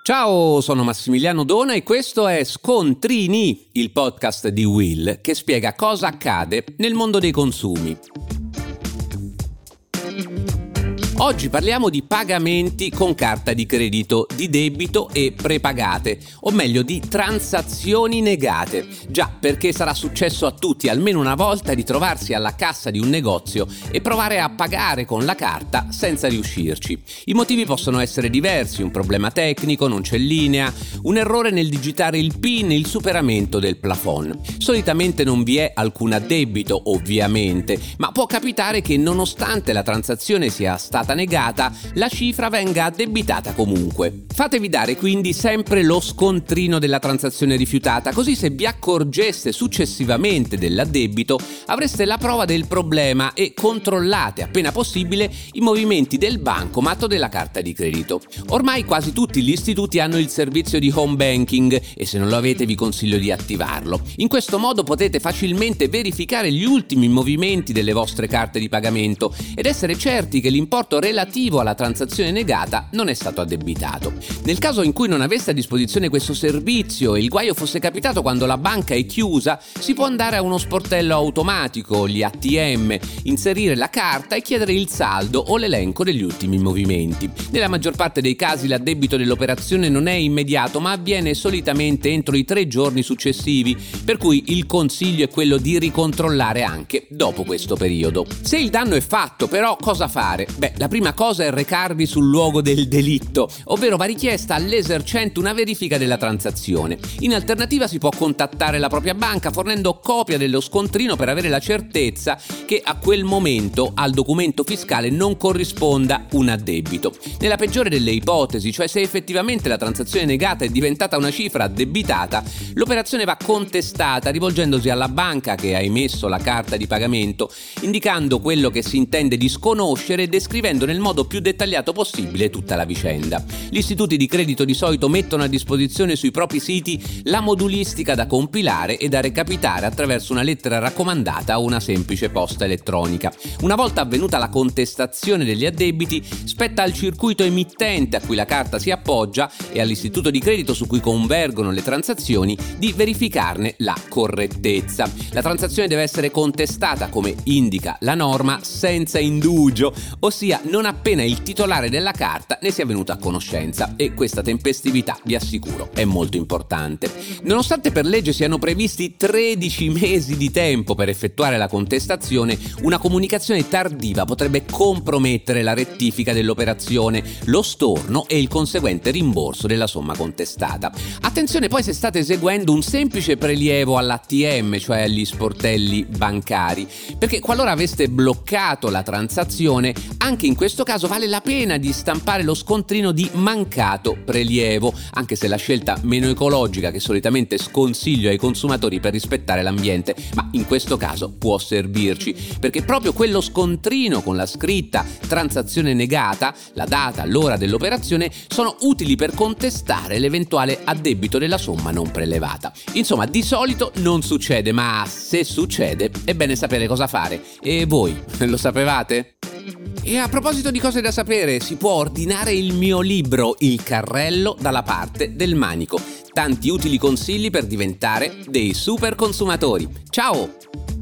Ciao, sono Massimiliano Dona e questo è Scontrini, il podcast di Will che spiega cosa accade nel mondo dei consumi. Oggi parliamo di pagamenti con carta di credito, di debito e prepagate, o meglio di transazioni negate. Già, perché sarà successo a tutti almeno una volta di trovarsi alla cassa di un negozio e provare a pagare con la carta senza riuscirci. I motivi possono essere diversi: un problema tecnico, non c'è linea, un errore nel digitare il PIN, il superamento del plafond. Solitamente non vi è alcun addebito, ovviamente, ma può capitare che nonostante la transazione sia stata negata, la cifra venga addebitata comunque. Fatevi dare quindi sempre lo scontrino della transazione rifiutata, così se vi accorgeste successivamente dell'addebito avreste la prova del problema e controllate appena possibile i movimenti del bancomat o della carta di credito. Ormai quasi tutti gli istituti hanno il servizio di home banking e se non lo avete vi consiglio di attivarlo. In questo modo potete facilmente verificare gli ultimi movimenti delle vostre carte di pagamento ed essere certi che l'importo relativo alla transazione negata non è stato addebitato. Nel caso in cui non aveste a disposizione questo servizio e il guaio fosse capitato quando la banca è chiusa, si può andare a uno sportello automatico, gli ATM, inserire la carta e chiedere il saldo o l'elenco degli ultimi movimenti. Nella maggior parte dei casi l'addebito dell'operazione non è immediato, ma avviene solitamente entro i 3 giorni successivi, per cui il consiglio è quello di ricontrollare anche dopo questo periodo. Se il danno è fatto, però, cosa fare? La prima cosa è recarvi sul luogo del delitto, ovvero va richiesta all'esercente una verifica della transazione. In alternativa si può contattare la propria banca fornendo copia dello scontrino per avere la certezza che a quel momento al documento fiscale non corrisponda un addebito. Nella peggiore delle ipotesi, cioè se effettivamente la transazione negata è diventata una cifra addebitata, l'operazione va contestata rivolgendosi alla banca che ha emesso la carta di pagamento, indicando quello che si intende disconoscere e descrivendo nel modo più dettagliato possibile tutta la vicenda. Gli istituti di credito di solito mettono a disposizione sui propri siti la modulistica da compilare e da recapitare attraverso una lettera raccomandata o una semplice posta elettronica. Una volta avvenuta la contestazione degli addebiti, spetta al circuito emittente a cui la carta si appoggia e all'istituto di credito su cui convergono le transazioni di verificarne la correttezza. La transazione deve essere contestata, come indica la norma, senza indugio, ossia non appena il titolare della carta ne sia venuto a conoscenza, e questa tempestività, vi assicuro, è molto importante. Nonostante per legge siano previsti 13 mesi di tempo per effettuare la contestazione, una comunicazione tardiva potrebbe compromettere la rettifica dell'operazione, lo storno e il conseguente rimborso della somma contestata. Attenzione poi se state eseguendo un semplice prelievo all'ATM, cioè agli sportelli bancari, perché qualora aveste bloccato la transazione, anche in questo caso vale la pena di stampare lo scontrino di mancato prelievo, anche se è la scelta meno ecologica che solitamente sconsiglio ai consumatori per rispettare l'ambiente, ma in questo caso può servirci, perché proprio quello scontrino con la scritta transazione negata, la data, l'ora dell'operazione, sono utili per contestare l'eventuale addebito della somma non prelevata. Insomma, di solito non succede, ma se succede è bene sapere cosa fare. E voi, lo sapevate? E a proposito di cose da sapere, si può ordinare il mio libro Il carrello dalla parte del manico. Tanti utili consigli per diventare dei super consumatori. Ciao!